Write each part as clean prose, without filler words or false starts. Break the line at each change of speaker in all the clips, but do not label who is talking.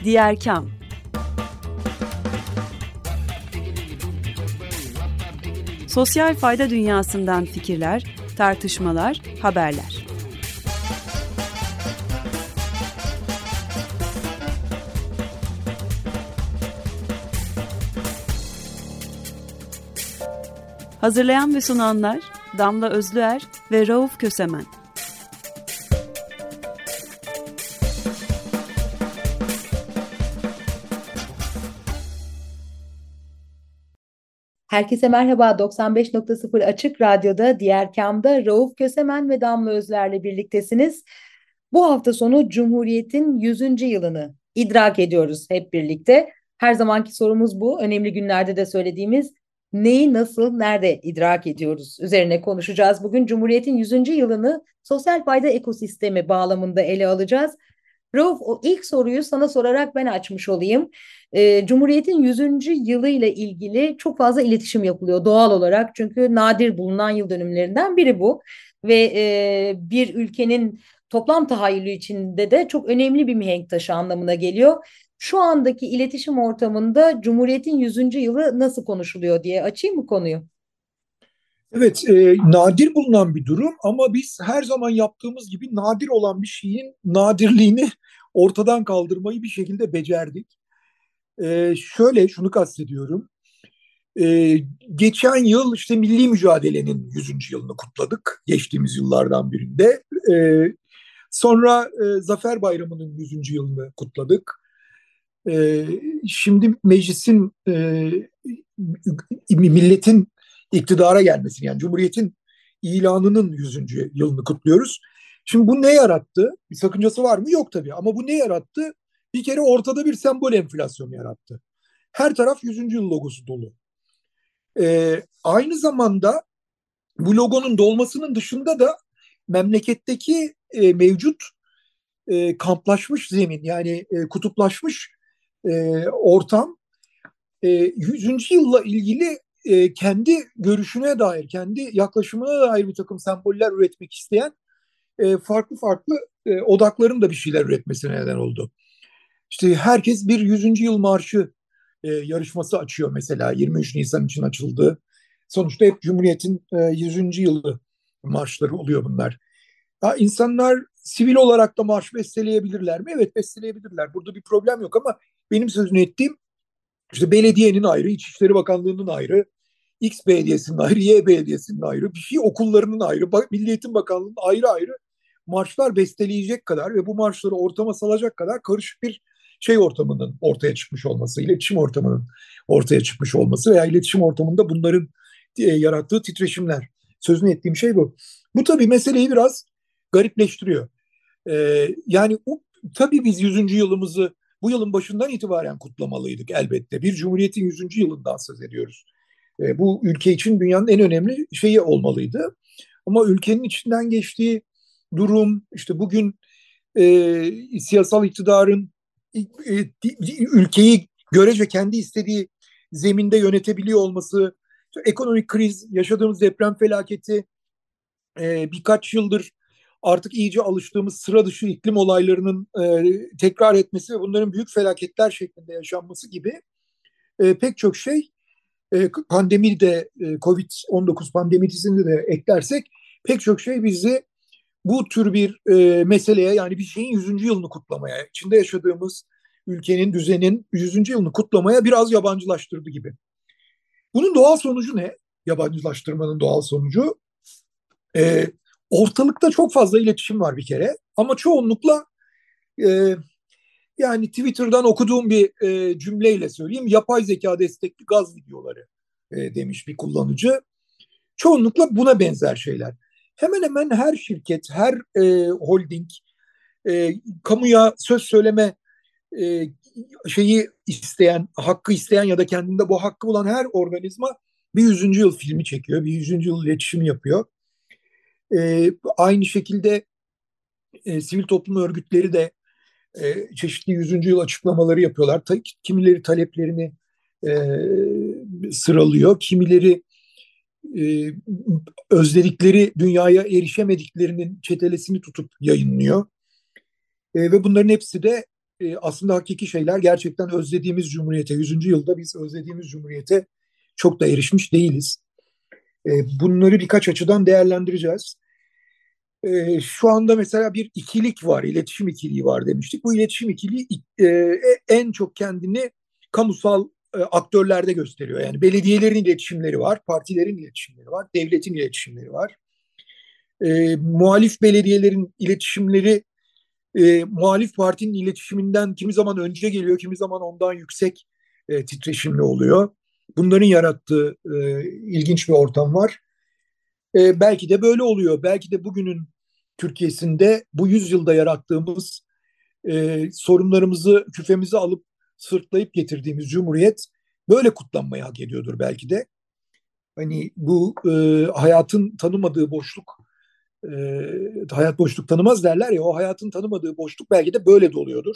Diğer Kam. Sosyal fayda dünyasından fikirler, tartışmalar, haberler. Hazırlayan ve sunanlar Damla Özlüer ve Rauf Kösemen.
Herkese merhaba. 95.0 Açık Radyo'da Diğer Kam'da Rauf Kösemen ve Damla Özler'le birliktesiniz. Bu hafta sonu Cumhuriyet'in 100. yılını idrak ediyoruz hep birlikte. Her zamanki sorumuz bu. Önemli günlerde de söylediğimiz neyi, nasıl, nerede idrak ediyoruz üzerine konuşacağız. Bugün Cumhuriyet'in 100. yılını sosyal fayda ekosistemi bağlamında ele alacağız. Rauf, o ilk soruyu sana sorarak ben açmış olayım. Cumhuriyet'in 100. yılı ile ilgili çok fazla iletişim yapılıyor doğal olarak. Çünkü nadir bulunan yıl dönümlerinden biri bu. Ve bir ülkenin toplam tahayyülü içinde de çok önemli bir mihenk taşı anlamına geliyor. Şu andaki iletişim ortamında Cumhuriyet'in 100. yılı nasıl konuşuluyor diye açayım mı konuyu?
Evet, nadir bulunan bir durum ama biz her zaman yaptığımız gibi nadir olan bir şeyin nadirliğini ortadan kaldırmayı bir şekilde becerdik. Şöyle şunu kastediyorum. Geçen yıl işte milli mücadelenin 100. yılını kutladık geçtiğimiz yıllardan birinde. Sonra Zafer Bayramı'nın 100. yılını kutladık. Şimdi meclisin, milletin iktidara gelmesini, yani Cumhuriyet'in ilanının 100. yılını kutluyoruz. Şimdi bu ne yarattı? Bir sakıncası var mı? Yok tabii. Ama bu ne yarattı? Bir kere ortada bir sembol enflasyonu yarattı. Her taraf 100. yıl logosu dolu. Aynı zamanda bu logonun dolmasının dışında da memleketteki mevcut kamplaşmış zemin, yani kutuplaşmış ortam 100. yılla ilgili kendi görüşüne dair, kendi yaklaşımına dair bir takım semboller üretmek isteyen farklı farklı odakların da bir şeyler üretmesine neden oldu. İşte herkes bir 100. yıl marşı yarışması açıyor mesela. 23 Nisan için açıldı. Sonuçta hep Cumhuriyet'in 100. yılı marşları oluyor bunlar. Ha, insanlar sivil olarak da marş besteleyebilirler mi? Evet, besteleyebilirler. Burada bir problem yok ama benim sözünü ettiğim işte belediyenin ayrı, İçişleri Bakanlığı'nın ayrı, X belediyesinin ayrı, Y belediyesinin ayrı, bir şey okullarının ayrı, Milli Eğitim Bakanlığı'nın ayrı ayrı marşlar besteleyecek kadar ve bu marşları ortama salacak kadar karışık bir şey ortamının ortaya çıkmış olması, iletişim ortamının ortaya çıkmış olması veya iletişim ortamında bunların yarattığı titreşimler. Sözünü ettiğim şey bu. Bu tabii meseleyi biraz garipleştiriyor. Yani tabii biz 100. yılımızı bu yılın başından itibaren kutlamalıydık elbette. Bir Cumhuriyet'in 100. yılından söz ediyoruz. Bu ülke için dünyanın en önemli şeyi olmalıydı. Ama ülkenin içinden geçtiği durum, işte bugün siyasal iktidarın ülkeyi görece kendi istediği zeminde yönetebiliyor olması, ekonomik kriz, yaşadığımız deprem felaketi, birkaç yıldır artık iyice alıştığımız sıra dışı iklim olaylarının tekrar etmesi ve bunların büyük felaketler şeklinde yaşanması gibi pek çok şey, pandemi de Covid-19 pandemisini de eklersek pek çok şey bizi bu tür bir meseleye, yani bir şeyin 100. yılını kutlamaya, içinde yaşadığımız ülkenin, düzenin 100. yılını kutlamaya biraz yabancılaştırdı gibi. Bunun doğal sonucu ne? Yabancılaştırmanın doğal sonucu ortalıkta çok fazla iletişim var bir kere ama çoğunlukla yani Twitter'dan okuduğum bir cümleyle söyleyeyim, yapay zeka destekli gaz videoları demiş bir kullanıcı. Çoğunlukla buna benzer şeyler. Hemen hemen her şirket, her holding, kamuya söz söyleme şeyi isteyen, hakkı isteyen ya da kendinde bu hakkı bulan her organizma bir 100. yıl filmi çekiyor, bir 100. yıl iletişimi yapıyor. Aynı şekilde sivil toplum örgütleri de çeşitli 100. yıl açıklamaları yapıyorlar. Kimileri taleplerini sıralıyor, kimileri özledikleri dünyaya erişemediklerinin çetelesini tutup yayınlıyor. Ve bunların hepsi de aslında hakiki şeyler, gerçekten özlediğimiz Cumhuriyete, 100. yılda biz özlediğimiz Cumhuriyete çok da erişmiş değiliz. Bunları birkaç açıdan değerlendireceğiz. Şu anda mesela bir ikilik var, iletişim ikiliği var demiştik. Bu iletişim ikiliği en çok kendini kamusal aktörlerde gösteriyor. Yani belediyelerin iletişimleri var, partilerin iletişimleri var, devletin iletişimleri var. Muhalif belediyelerin iletişimleri muhalif partinin iletişiminden kimi zaman önce geliyor, kimi zaman ondan yüksek titreşimli oluyor. Bunların yarattığı ilginç bir ortam var. Belki de böyle oluyor. Belki de bugünün Türkiye'sinde bu yüzyılda yarattığımız sorunlarımızı küfemize alıp sırtlayıp getirdiğimiz Cumhuriyet böyle kutlanmayı hak ediyordur belki de. Hani bu hayatın tanımadığı boşluk, hayat boşluk tanımaz derler ya, o hayatın tanımadığı boşluk belki de böyle doluyordur.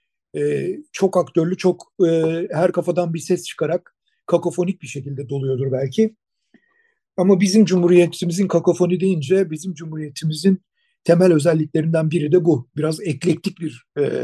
Çok aktörlü, çok her kafadan bir ses çıkarak kakofonik bir şekilde doluyordur belki. Ama bizim cumhuriyetimizin kakofoni deyince bizim cumhuriyetimizin temel özelliklerinden biri de bu. Biraz eklektik bir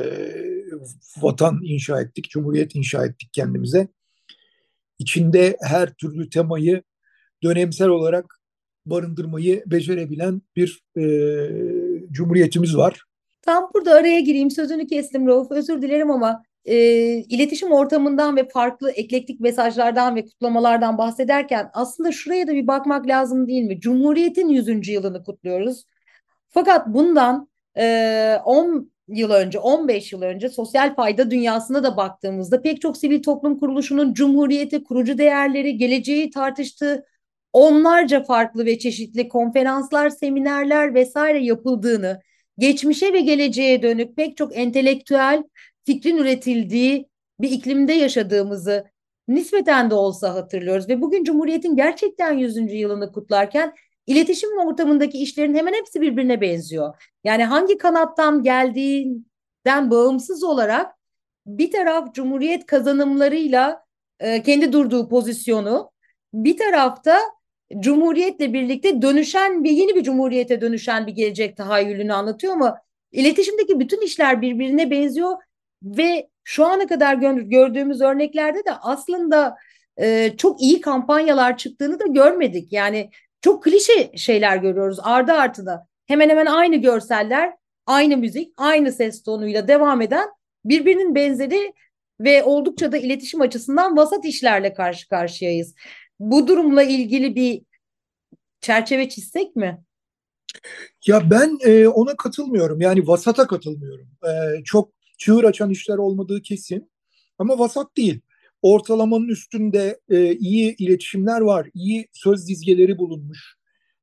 vatan inşa ettik, cumhuriyet inşa ettik kendimize. İçinde her türlü temayı dönemsel olarak barındırmayı becerebilen bir cumhuriyetimiz var.
Tam burada araya gireyim, sözünü kestim Rauf, özür dilerim ama iletişim ortamından ve farklı eklektik mesajlardan ve kutlamalardan bahsederken aslında şuraya da bir bakmak lazım değil mi? Cumhuriyet'in 100. yılını kutluyoruz. Fakat bundan 10 yıl önce, 15 yıl önce sosyal fayda dünyasına da baktığımızda pek çok sivil toplum kuruluşunun Cumhuriyet'i, kurucu değerleri, geleceği tartıştığı onlarca farklı ve çeşitli konferanslar, seminerler vesaire yapıldığını, geçmişe ve geleceğe dönük pek çok entelektüel fikrin üretildiği bir iklimde yaşadığımızı nispeten de olsa hatırlıyoruz ve bugün Cumhuriyet'in gerçekten 100. yılını kutlarken İletişim ortamındaki işlerin hemen hepsi birbirine benziyor. Yani hangi kanattan geldiğinden bağımsız olarak bir taraf Cumhuriyet kazanımlarıyla kendi durduğu pozisyonu, bir tarafta Cumhuriyet'le birlikte dönüşen ve yeni bir Cumhuriyete dönüşen bir gelecek tahayyülünü anlatıyor ama iletişimdeki bütün işler birbirine benziyor ve şu ana kadar gördüğümüz örneklerde de aslında çok iyi kampanyalar çıktığını da görmedik. Yani çok klişe şeyler görüyoruz ardı ardına. Hemen hemen aynı görseller, aynı müzik, aynı ses tonuyla devam eden birbirinin benzeri ve oldukça da iletişim açısından vasat işlerle karşı karşıyayız. Bu durumla ilgili bir çerçeve çizsek mi?
Ya ben ona katılmıyorum. Yani vasata katılmıyorum. Çok çığır açan işler olmadığı kesin. Ama vasat değil. Ortalamanın üstünde iyi iletişimler var. İyi söz dizgeleri bulunmuş.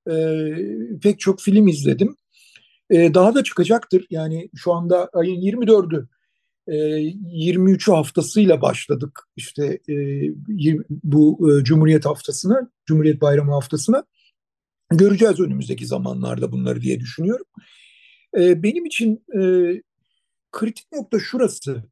Pek çok film izledim. Daha da çıkacaktır. Yani şu anda ayın 24'ü. 23'ü haftasıyla başladık işte bu Cumhuriyet haftasına, Cumhuriyet Bayramı haftasına. Göreceğiz önümüzdeki zamanlarda bunları diye düşünüyorum. Benim için kritik nokta şurası.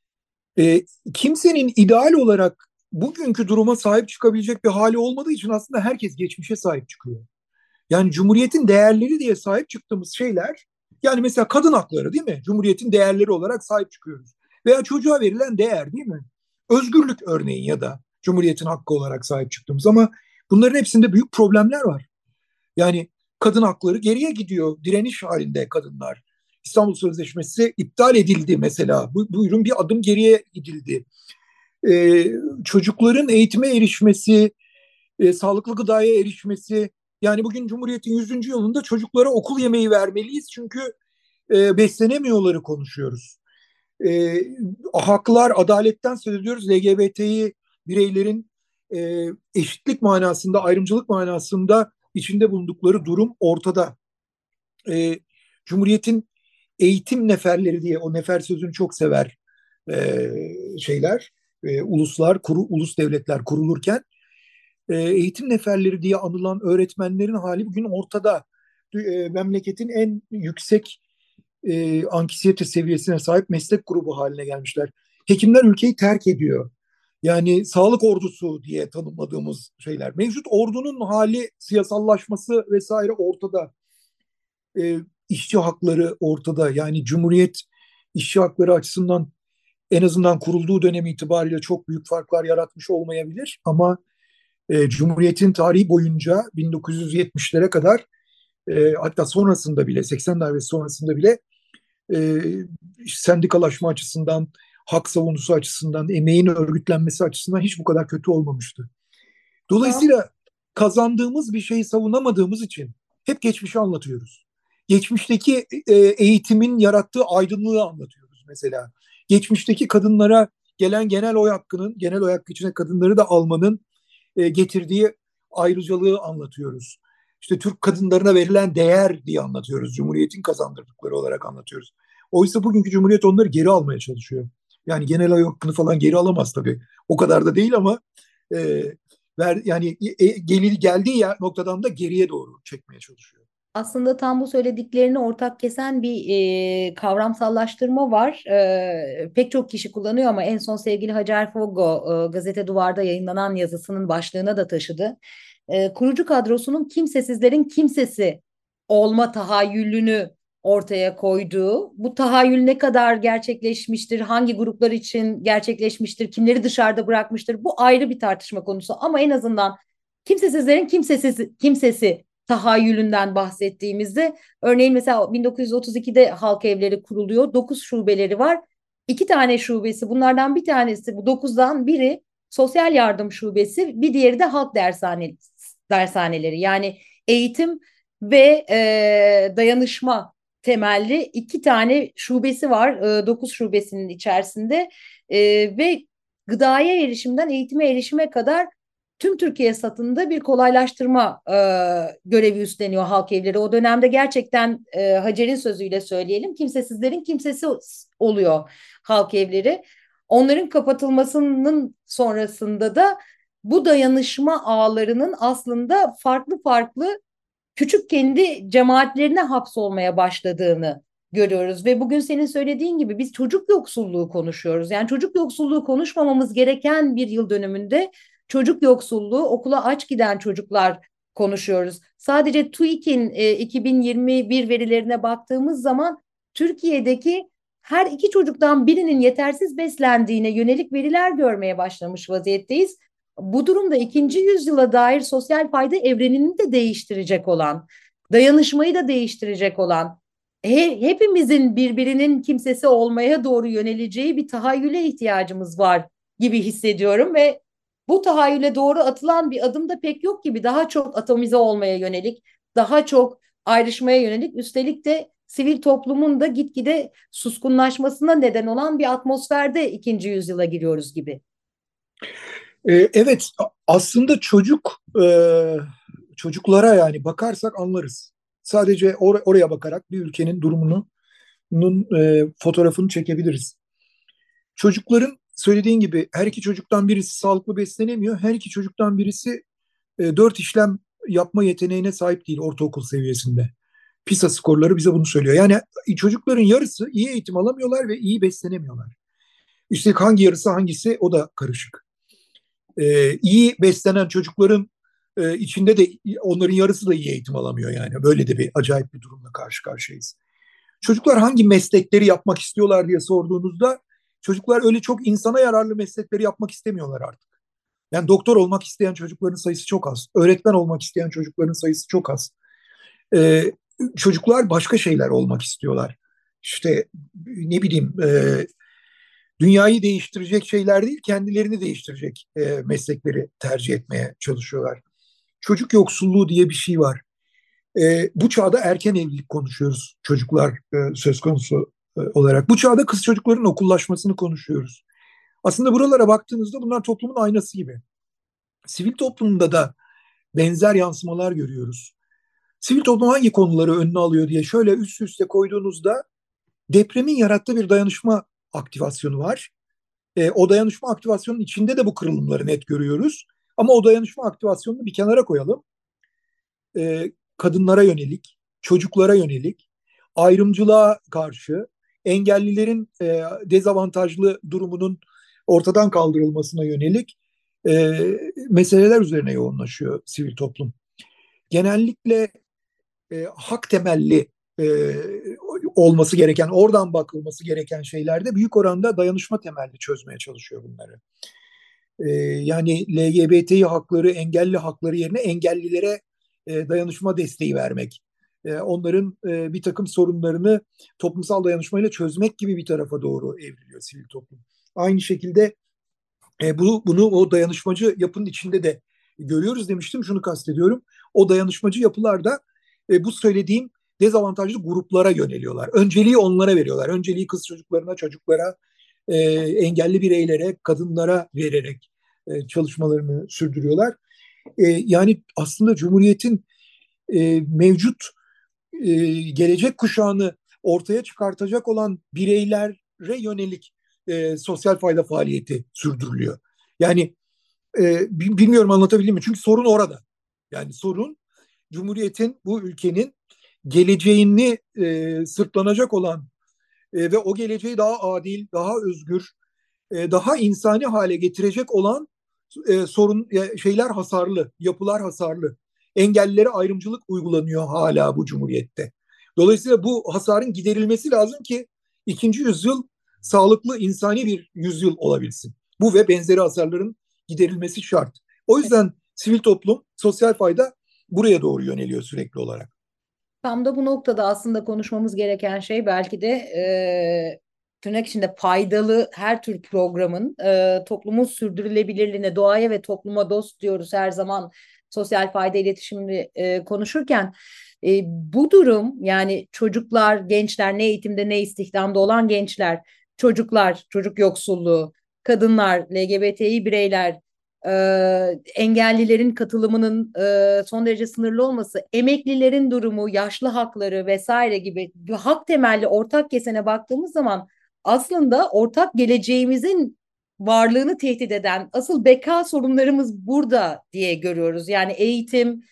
Kimsenin ideal olarak bugünkü duruma sahip çıkabilecek bir hali olmadığı için aslında herkes geçmişe sahip çıkıyor. Yani Cumhuriyet'in değerleri diye sahip çıktığımız şeyler, yani mesela kadın hakları değil mi? Cumhuriyet'in değerleri olarak sahip çıkıyoruz. Veya çocuğa verilen değer değil mi? Özgürlük örneğin ya da Cumhuriyet'in hakkı olarak sahip çıktığımız ama bunların hepsinde büyük problemler var. Yani kadın hakları geriye gidiyor. Direniş halinde kadınlar. İstanbul Sözleşmesi iptal edildi mesela. Buyurun bir adım geriye gidildi. Çocukların eğitime erişmesi, sağlıklı gıdaya erişmesi. Yani bugün Cumhuriyet'in 100. yılında çocuklara okul yemeği vermeliyiz. Çünkü beslenemiyorları konuşuyoruz. Haklar, adaletten söz ediyoruz. LGBT'yi bireylerin eşitlik manasında, ayrımcılık manasında içinde bulundukları durum ortada. Cumhuriyet'in eğitim neferleri diye, o nefer sözünü çok sever şeyler, uluslar, ulus devletler kurulurken eğitim neferleri diye anılan öğretmenlerin hali bugün ortada. Memleketin en yüksek anksiyete seviyesine sahip meslek grubu haline gelmişler. Hekimler ülkeyi terk ediyor. Yani sağlık ordusu diye tanımladığımız şeyler. Mevcut ordunun hali, siyasallaşması vesaire ortada. İşçi hakları ortada. Yani Cumhuriyet işçi hakları açısından en azından kurulduğu dönem itibariyle çok büyük farklar yaratmış olmayabilir. Ama Cumhuriyet'in tarihi boyunca 1970'lere kadar, hatta sonrasında bile, 80 darbesi sonrasında bile, e, sendikalaşma açısından, hak savunusu açısından, emeğin örgütlenmesi açısından hiç bu kadar kötü olmamıştı.
Tam
Dolayısıyla kazandığımız bir şeyi savunamadığımız için hep geçmişi anlatıyoruz. Geçmişteki eğitimin yarattığı aydınlığı anlatıyoruz mesela. Geçmişteki kadınlara gelen genel oy hakkının, genel oy hakkı içine kadınları da almanın getirdiği ayrıcalığı anlatıyoruz. İşte Türk kadınlarına verilen değer diye anlatıyoruz. Cumhuriyetin kazandırdıkları olarak anlatıyoruz. Oysa bugünkü Cumhuriyet onları geri almaya çalışıyor. Yani genel oy hakkını falan geri alamaz tabii. O kadar da değil ama e, yani geldiği noktadan da geriye doğru çekmeye çalışıyor.
aslında tam bu söylediklerini ortak kesen bir kavramsallaştırma var. Pek çok kişi kullanıyor ama en son sevgili Hacer Foggo Gazete Duvar'da yayınlanan yazısının başlığına da taşıdı. Kurucu kadrosunun kimsesizlerin kimsesi olma tahayyülünü ortaya koyduğu, bu tahayyül ne kadar gerçekleşmiştir, hangi gruplar için gerçekleşmiştir, kimleri dışarıda bırakmıştır, bu ayrı bir tartışma konusu ama en azından kimsesizlerin kimsesi tahayyülünden bahsettiğimizde örneğin mesela 1932'de halk evleri kuruluyor. 9 şubeleri var. 2 tane şubesi, bunlardan bir tanesi, bu 9'dan biri sosyal yardım şubesi, bir diğeri de halk dershaneleri. Yani eğitim ve dayanışma temelli 2 tane şubesi var. 9 şubesinin içerisinde ve gıdaya erişimden eğitime erişime kadar tüm Türkiye satında bir kolaylaştırma görevi üstleniyor halk evleri. O dönemde gerçekten Hacer'in sözüyle söyleyelim, kimsesizlerin kimsesi oluyor halk evleri. Onların kapatılmasının sonrasında da bu dayanışma ağlarının aslında farklı farklı küçük kendi cemaatlerine hapsolmaya başladığını görüyoruz ve bugün senin söylediğin gibi biz çocuk yoksulluğu konuşuyoruz. Yani çocuk yoksulluğu konuşmamamız gereken bir yıl dönümünde çocuk yoksulluğu, okula aç giden çocuklar konuşuyoruz. Sadece TÜİK'in 2021 verilerine baktığımız zaman Türkiye'deki her 2 çocuktan birinin yetersiz beslendiğine yönelik veriler görmeye başlamış vaziyetteyiz. Bu durumda ikinci yüzyıla dair sosyal fayda evrenini de değiştirecek olan, dayanışmayı da değiştirecek olan, hepimizin birbirinin kimsesi olmaya doğru yöneleceği bir tahayyüle ihtiyacımız var gibi hissediyorum ve bu tahayyüle doğru atılan bir adım da pek yok gibi. Daha çok atomize olmaya yönelik, daha çok ayrışmaya yönelik, üstelik de sivil toplumun da gitgide suskunlaşmasına neden olan bir atmosferde ikinci yüzyıla giriyoruz gibi.
Evet, aslında çocuklara yani bakarsak anlarız. Sadece oraya bakarak bir ülkenin durumunun fotoğrafını çekebiliriz. Çocukların söylediğin gibi her 2 çocuktan birisi sağlıklı beslenemiyor. Her 2 çocuktan birisi 4 işlem yapma yeteneğine sahip değil ortaokul seviyesinde. PISA skorları bize bunu söylüyor. Yani çocukların yarısı iyi eğitim alamıyorlar ve iyi beslenemiyorlar. Üstelik hangi yarısı hangisi o da karışık. İyi beslenen çocukların içinde de onların yarısı da iyi eğitim alamıyor yani. Böyle de bir acayip bir durumla karşı karşıyayız. Çocuklar hangi meslekleri yapmak istiyorlar diye sorduğunuzda çocuklar öyle çok insana yararlı meslekleri yapmak istemiyorlar artık. Yani doktor olmak isteyen çocukların sayısı çok az. Öğretmen olmak isteyen çocukların sayısı çok az. Çocuklar başka şeyler olmak istiyorlar. İşte ne bileyim, dünyayı değiştirecek şeyler değil, kendilerini değiştirecek meslekleri tercih etmeye çalışıyorlar. Çocuk yoksulluğu diye bir şey var. Bu çağda erken evlilik konuşuyoruz çocuklar söz konusu olarak. Bu çağda kız çocukların okullaşmasını konuşuyoruz. Aslında buralara baktığınızda bunlar toplumun aynası gibi. Sivil toplumda da benzer yansımalar görüyoruz. Sivil toplum hangi konuları önüne alıyor diye şöyle üst üste koyduğunuzda depremin yarattığı bir dayanışma aktivasyonu var. O dayanışma aktivasyonunun içinde de bu kırılımları net görüyoruz. Ama o dayanışma aktivasyonunu bir kenara koyalım. Kadınlara yönelik, çocuklara yönelik, ayrımcılığa karşı, engellilerin dezavantajlı durumunun ortadan kaldırılmasına yönelik meseleler üzerine yoğunlaşıyor sivil toplum. Genellikle hak temelli olması gereken, oradan bakılması gereken şeylerde büyük oranda dayanışma temelli çözmeye çalışıyor bunları. Yani LGBTİ hakları, engelli hakları yerine engellilere dayanışma desteği vermek. Onların bir takım sorunlarını toplumsal dayanışmayla çözmek gibi bir tarafa doğru evriliyor sivil toplum. Aynı şekilde bunu o dayanışmacı yapının içinde de görüyoruz demiştim. Şunu kastediyorum. O dayanışmacı yapılarda bu söylediğim dezavantajlı gruplara yöneliyorlar. Önceliği onlara veriyorlar. Önceliği kız çocuklarına, çocuklara, engelli bireylere, kadınlara vererek çalışmalarını sürdürüyorlar. Yani aslında Cumhuriyet'in mevcut gelecek kuşağını ortaya çıkartacak olan bireylere yönelik sosyal fayda faaliyeti sürdürülüyor. Yani bilmiyorum anlatabildim mi? Çünkü sorun orada. Yani sorun Cumhuriyet'in, bu ülkenin geleceğini sırtlanacak olan ve o geleceği daha adil, daha özgür, daha insani hale getirecek olan sorun şeyler hasarlı, yapılar hasarlı. Engellilere ayrımcılık uygulanıyor hala bu cumhuriyette. Dolayısıyla bu hasarın giderilmesi lazım ki ikinci yüzyıl sağlıklı insani bir yüzyıl olabilsin. Bu ve benzeri hasarların giderilmesi şart. O yüzden sivil toplum, sosyal fayda buraya doğru yöneliyor sürekli olarak.
Tam da bu noktada aslında konuşmamız gereken şey belki de tırnak içinde faydalı her tür programın toplumun sürdürülebilirliğine, doğaya ve topluma dost diyoruz her zaman sosyal fayda iletişimini konuşurken. Bu durum yani çocuklar, gençler, ne eğitimde ne istihdamda olan gençler, çocuklar, çocuk yoksulluğu, kadınlar, LGBTİ bireyler, engellilerin katılımının son derece sınırlı olması, emeklilerin durumu, yaşlı hakları vesaire gibi hak temelli ortak kesene baktığımız zaman aslında ortak geleceğimizin varlığını tehdit eden asıl beka sorunlarımız burada diye görüyoruz. Yani eğitim,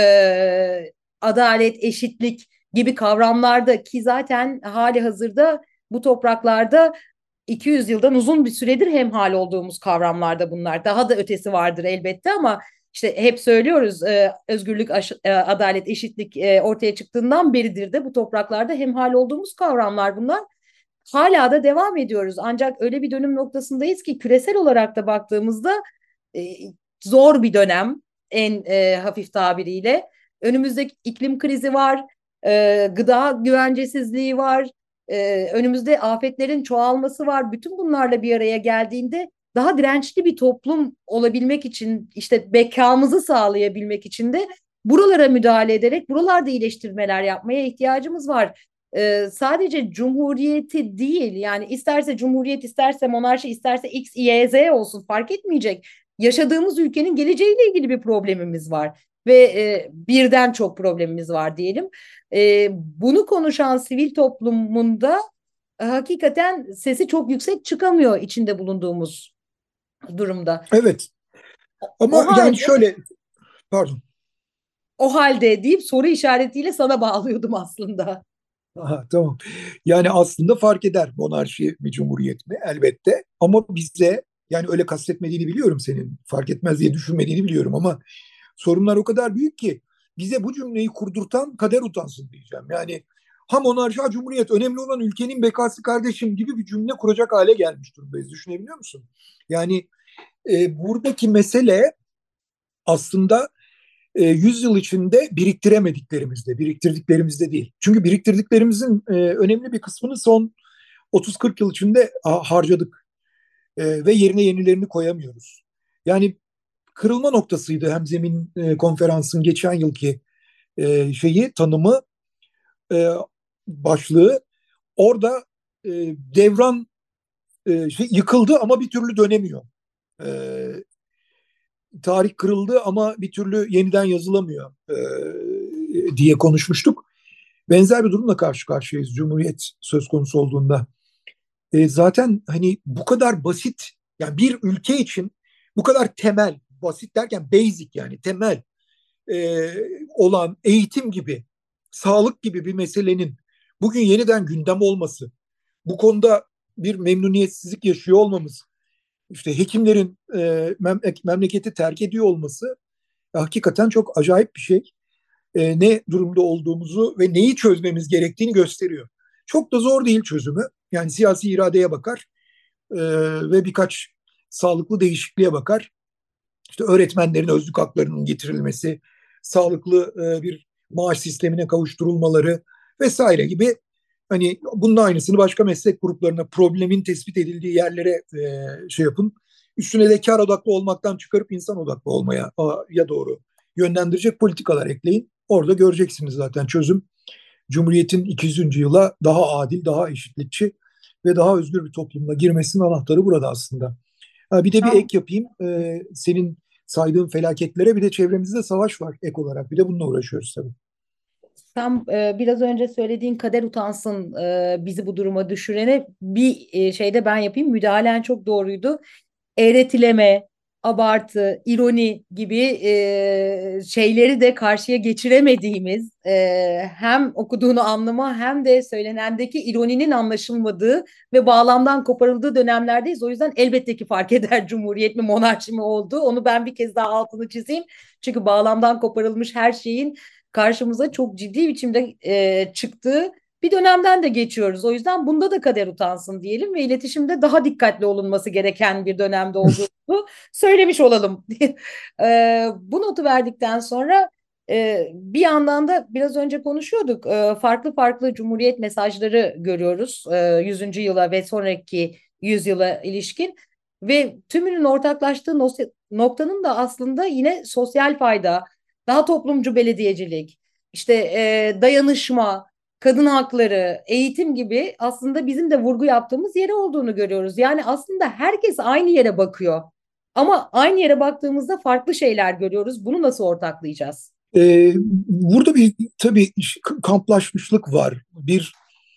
adalet, eşitlik gibi kavramlarda ki zaten hali hazırda bu topraklarda 200 yıldan uzun bir süredir hemhal olduğumuz kavramlarda bunlar. Daha da ötesi vardır elbette ama işte hep söylüyoruz özgürlük, adalet, eşitlik ortaya çıktığından beridir de bu topraklarda hemhal olduğumuz kavramlar bunlar. Hala da devam ediyoruz. Ancak öyle bir dönüm noktasındayız ki küresel olarak da baktığımızda e, zor bir dönem en hafif tabiriyle. Önümüzde iklim krizi var, gıda güvencesizliği var, önümüzde afetlerin çoğalması var. Bütün bunlarla bir araya geldiğinde daha dirençli bir toplum olabilmek için, işte bekamızı sağlayabilmek için de buralara müdahale ederek buralarda iyileştirmeler yapmaya ihtiyacımız var. Sadece cumhuriyeti değil, yani isterse cumhuriyet, isterse monarşi, isterse X, Y, Z olsun fark etmeyecek. Yaşadığımız ülkenin geleceğiyle ilgili bir problemimiz var ve birden çok problemimiz var diyelim. Bunu konuşan sivil toplumunda hakikaten sesi çok yüksek çıkamıyor içinde bulunduğumuz durumda.
Evet.
O
Ama yani
halde
şöyle, pardon.
o halde deyip soru işaretiyle sana bağlıyordum aslında.
Aha, tamam. Yani aslında fark eder monarşi mi cumhuriyet mi elbette. Ama bize yani öyle kastetmediğini biliyorum senin. Fark etmez diye düşünmediğini biliyorum ama sorunlar o kadar büyük ki bize bu cümleyi kurdurtan kader utansın diyeceğim. Yani ha monarşi ha cumhuriyet önemli olan ülkenin bekası kardeşim gibi bir cümle kuracak hale gelmiş durumdayız. Düşünebiliyor musun? Yani buradaki mesele aslında 100 yıl içinde biriktirdiklerimizde değil. Çünkü biriktirdiklerimizin önemli bir kısmını son 30-40 yıl içinde harcadık ve yerine yenilerini koyamıyoruz. Yani kırılma noktasıydı Hemzemin konferansın geçen yılki tanımı, e, başlığı. Orada devran yıkıldı ama bir türlü dönemiyor. E, Tarih kırıldı ama bir türlü yeniden yazılamıyor diye konuşmuştuk. Benzer bir durumla karşı karşıyayız Cumhuriyet söz konusu olduğunda. Zaten hani bu kadar basit, yani bir ülke için bu kadar temel, basit derken basic yani temel olan eğitim gibi, sağlık gibi bir meselenin bugün yeniden gündem olması, bu konuda bir memnuniyetsizlik yaşıyor olmamız, işte hekimlerin memleketi terk ediyor olması hakikaten çok acayip bir şey. Ne durumda olduğumuzu ve neyi çözmemiz gerektiğini gösteriyor. Çok da zor değil çözümü. Yani siyasi iradeye bakar e, ve birkaç sağlıklı değişikliğe bakar. İşte öğretmenlerin özlük haklarının getirilmesi, sağlıklı bir maaş sistemine kavuşturulmaları vesaire gibi, hani bunun aynısını başka meslek gruplarına, problemin tespit edildiği yerlere şey yapın. Üstüne de kar odaklı olmaktan çıkarıp insan odaklı olmaya ya doğru yönlendirecek politikalar ekleyin. Orada göreceksiniz zaten çözüm. Cumhuriyet'in 200. yıla daha adil, daha eşitlikçi ve daha özgür bir toplumla girmesinin anahtarı burada aslında. Bir de bir ek yapayım. Senin saydığın felaketlere bir de çevremizde savaş var ek olarak. Bir de bununla uğraşıyoruz tabii.
Tam biraz önce söylediğin kader utansın bizi bu duruma düşürene bir şeyde ben yapayım. Müdahalen çok doğruydu. Eğretileme, abartı, ironi gibi şeyleri de karşıya geçiremediğimiz hem okuduğunu anlama hem de söylenendeki ironinin anlaşılmadığı ve bağlamdan koparıldığı dönemlerdeyiz. O yüzden elbette ki fark eder Cumhuriyet mi monarşi mi oldu. Onu ben bir kez daha altını çizeyim. Çünkü bağlamdan koparılmış her şeyin karşımıza çok ciddi biçimde çıktığı bir dönemden de geçiyoruz. O yüzden bunda da kader utansın diyelim ve iletişimde daha dikkatli olunması gereken bir dönemde olduğunu söylemiş olalım. Bu notu verdikten sonra bir yandan da biraz önce konuşuyorduk. Farklı farklı Cumhuriyet mesajları görüyoruz. 100. yıla ve sonraki yüzyıla ilişkin. Ve tümünün ortaklaştığı noktanın da aslında yine sosyal fayda, daha toplumcu belediyecilik, işte dayanışma, kadın hakları, eğitim gibi aslında bizim de vurgu yaptığımız yere olduğunu görüyoruz. Yani aslında herkes aynı yere bakıyor. Ama aynı yere baktığımızda farklı şeyler görüyoruz. Bunu nasıl ortaklayacağız?
Burada bir tabii kamplaşmışlık var. Bir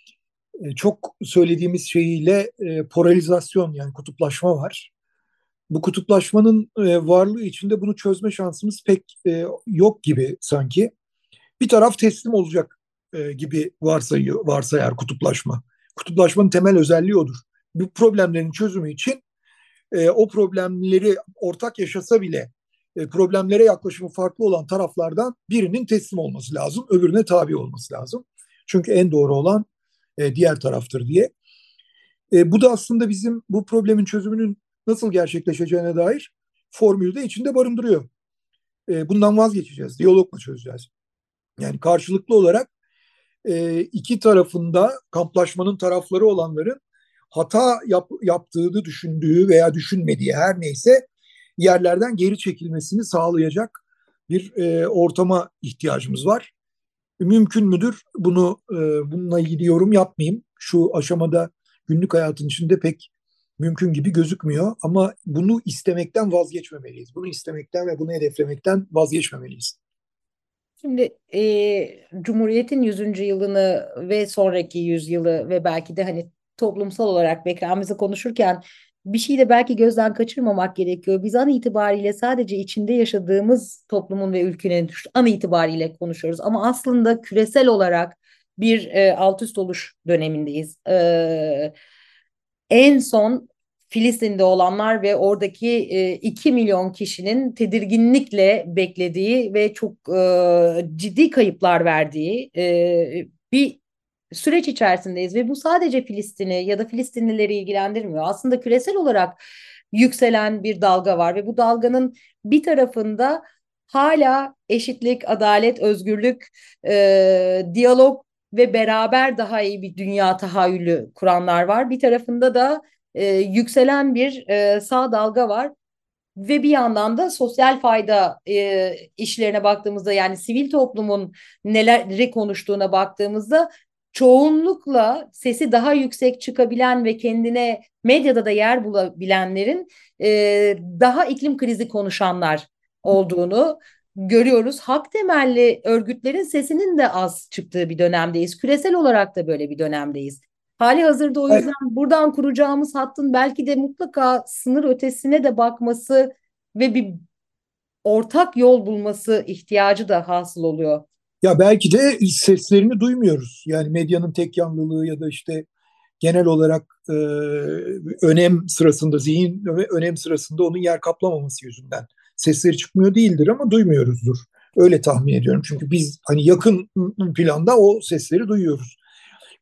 çok söylediğimiz şeyiyle polarizasyon, yani kutuplaşma var. Bu kutuplaşmanın varlığı içinde bunu çözme şansımız pek yok gibi sanki. Bir taraf teslim olacak gibi varsayar kutuplaşma. Kutuplaşmanın temel özelliği odur. Bu problemlerin çözümü için o problemleri ortak yaşasa bile problemlere yaklaşımı farklı olan taraflardan birinin teslim olması lazım, öbürüne tabi olması lazım. Çünkü en doğru olan diğer taraftır diye. Bu da aslında bizim bu problemin çözümünün nasıl gerçekleşeceğine dair formülü de içinde barındırıyor. Bundan vazgeçeceğiz, diyalogla çözeceğiz. Yani karşılıklı olarak iki tarafında, kamplaşmanın tarafları olanların hata yaptığını düşündüğü veya düşünmediği her neyse yerlerden geri çekilmesini sağlayacak bir ortama ihtiyacımız var. Mümkün müdür? Bununla ilgili yorum yapmayayım. Şu aşamada günlük hayatın içinde pek mümkün gibi gözükmüyor. Ama bunu istemekten vazgeçmemeliyiz. Bunu istemekten ve bunu hedeflemekten vazgeçmemeliyiz.
Şimdi Cumhuriyet'in 100. yılını ve sonraki yüzyılı ve belki de hani toplumsal olarak beklentimizi konuşurken bir şeyi de belki gözden kaçırmamak gerekiyor. Biz an itibariyle sadece içinde yaşadığımız toplumun ve ülkenin an itibariyle konuşuyoruz. Ama aslında küresel olarak bir alt üst oluş dönemindeyiz. En son Filistin'de olanlar ve oradaki 2 milyon kişinin tedirginlikle beklediği ve çok ciddi kayıplar verdiği bir süreç içerisindeyiz ve bu sadece Filistin'i ya da Filistinlileri ilgilendirmiyor. Aslında küresel olarak yükselen bir dalga var ve bu dalganın bir tarafında hala eşitlik, adalet, özgürlük, diyalog ve beraber daha iyi bir dünya tahayyülü kuranlar var. Bir tarafında da yükselen bir sağ dalga var. Ve bir yandan da sosyal fayda işlerine baktığımızda, yani sivil toplumun neleri konuştuğuna baktığımızda çoğunlukla sesi daha yüksek çıkabilen ve kendine medyada da yer bulabilenlerin daha iklim krizi konuşanlar olduğunu görüyoruz. Hak temelli örgütlerin sesinin de az çıktığı bir dönemdeyiz. Küresel olarak da böyle bir dönemdeyiz. Hali hazırda o yüzden buradan kuracağımız hattın belki de mutlaka sınır ötesine de bakması ve bir ortak yol bulması ihtiyacı da hasıl oluyor.
Ya belki de seslerini duymuyoruz. Yani medyanın tek yanlılığı ya da işte genel olarak önem sırasında, zihin ve önem sırasında onun yer kaplamaması yüzünden sesleri çıkmıyor değildir ama duymuyoruzdur. Öyle tahmin ediyorum. Çünkü biz hani yakın planda o sesleri duyuyoruz.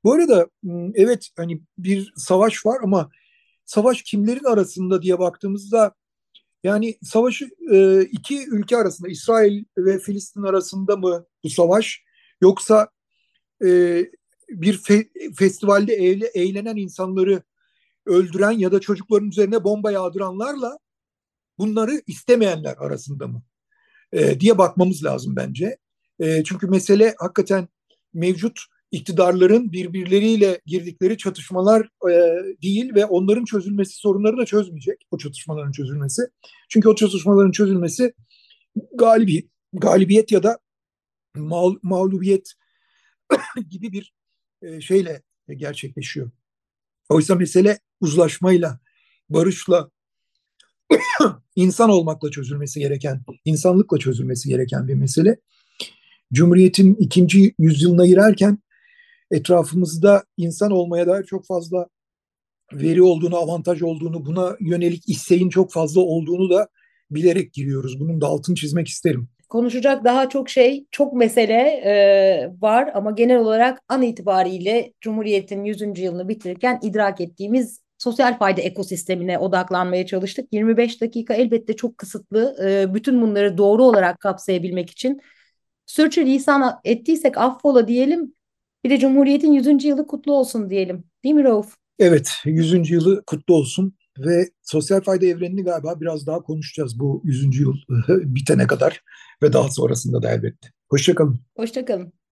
Bu arada evet hani bir savaş var ama savaş kimlerin arasında diye baktığımızda yani savaşı iki ülke arasında İsrail ve Filistin arasında mı bu savaş yoksa e, bir festivalde eğlenen insanları öldüren ya da çocukların üzerine bomba yağdıranlarla bunları istemeyenler arasında mı diye bakmamız lazım bence. Çünkü mesele hakikaten mevcut iktidarların birbirleriyle girdikleri çatışmalar değil ve onların çözülmesi sorunları da çözmeyecek o çatışmaların çözülmesi. Çünkü o çatışmaların çözülmesi galibiyet ya da mağlubiyet gibi bir şeyle gerçekleşiyor. Oysa mesele uzlaşmayla, barışla, insan olmakla çözülmesi gereken, insanlıkla çözülmesi gereken bir mesele. Cumhuriyet'in ikinci yüzyılına girerken etrafımızda insan olmaya dair çok fazla veri olduğunu, avantaj olduğunu, buna yönelik isteğin çok fazla olduğunu da bilerek giriyoruz. Bunun da altını çizmek isterim.
Konuşacak daha çok şey, çok mesele var ama genel olarak an itibariyle Cumhuriyet'in 100. yılını bitirirken idrak ettiğimiz sosyal fayda ekosistemine odaklanmaya çalıştık. 25 dakika elbette çok kısıtlı. Bütün bunları doğru olarak kapsayabilmek için sürçülisan ettiysek affola diyelim. Bir de Cumhuriyet'in 100. yılı kutlu olsun diyelim. Değil mi Rauf?
Evet, 100. yılı kutlu olsun ve sosyal fayda evrenini galiba biraz daha konuşacağız bu 100. yıl bitene kadar ve daha sonrasında da elbette. Hoşça kalın.
Hoşça kalın.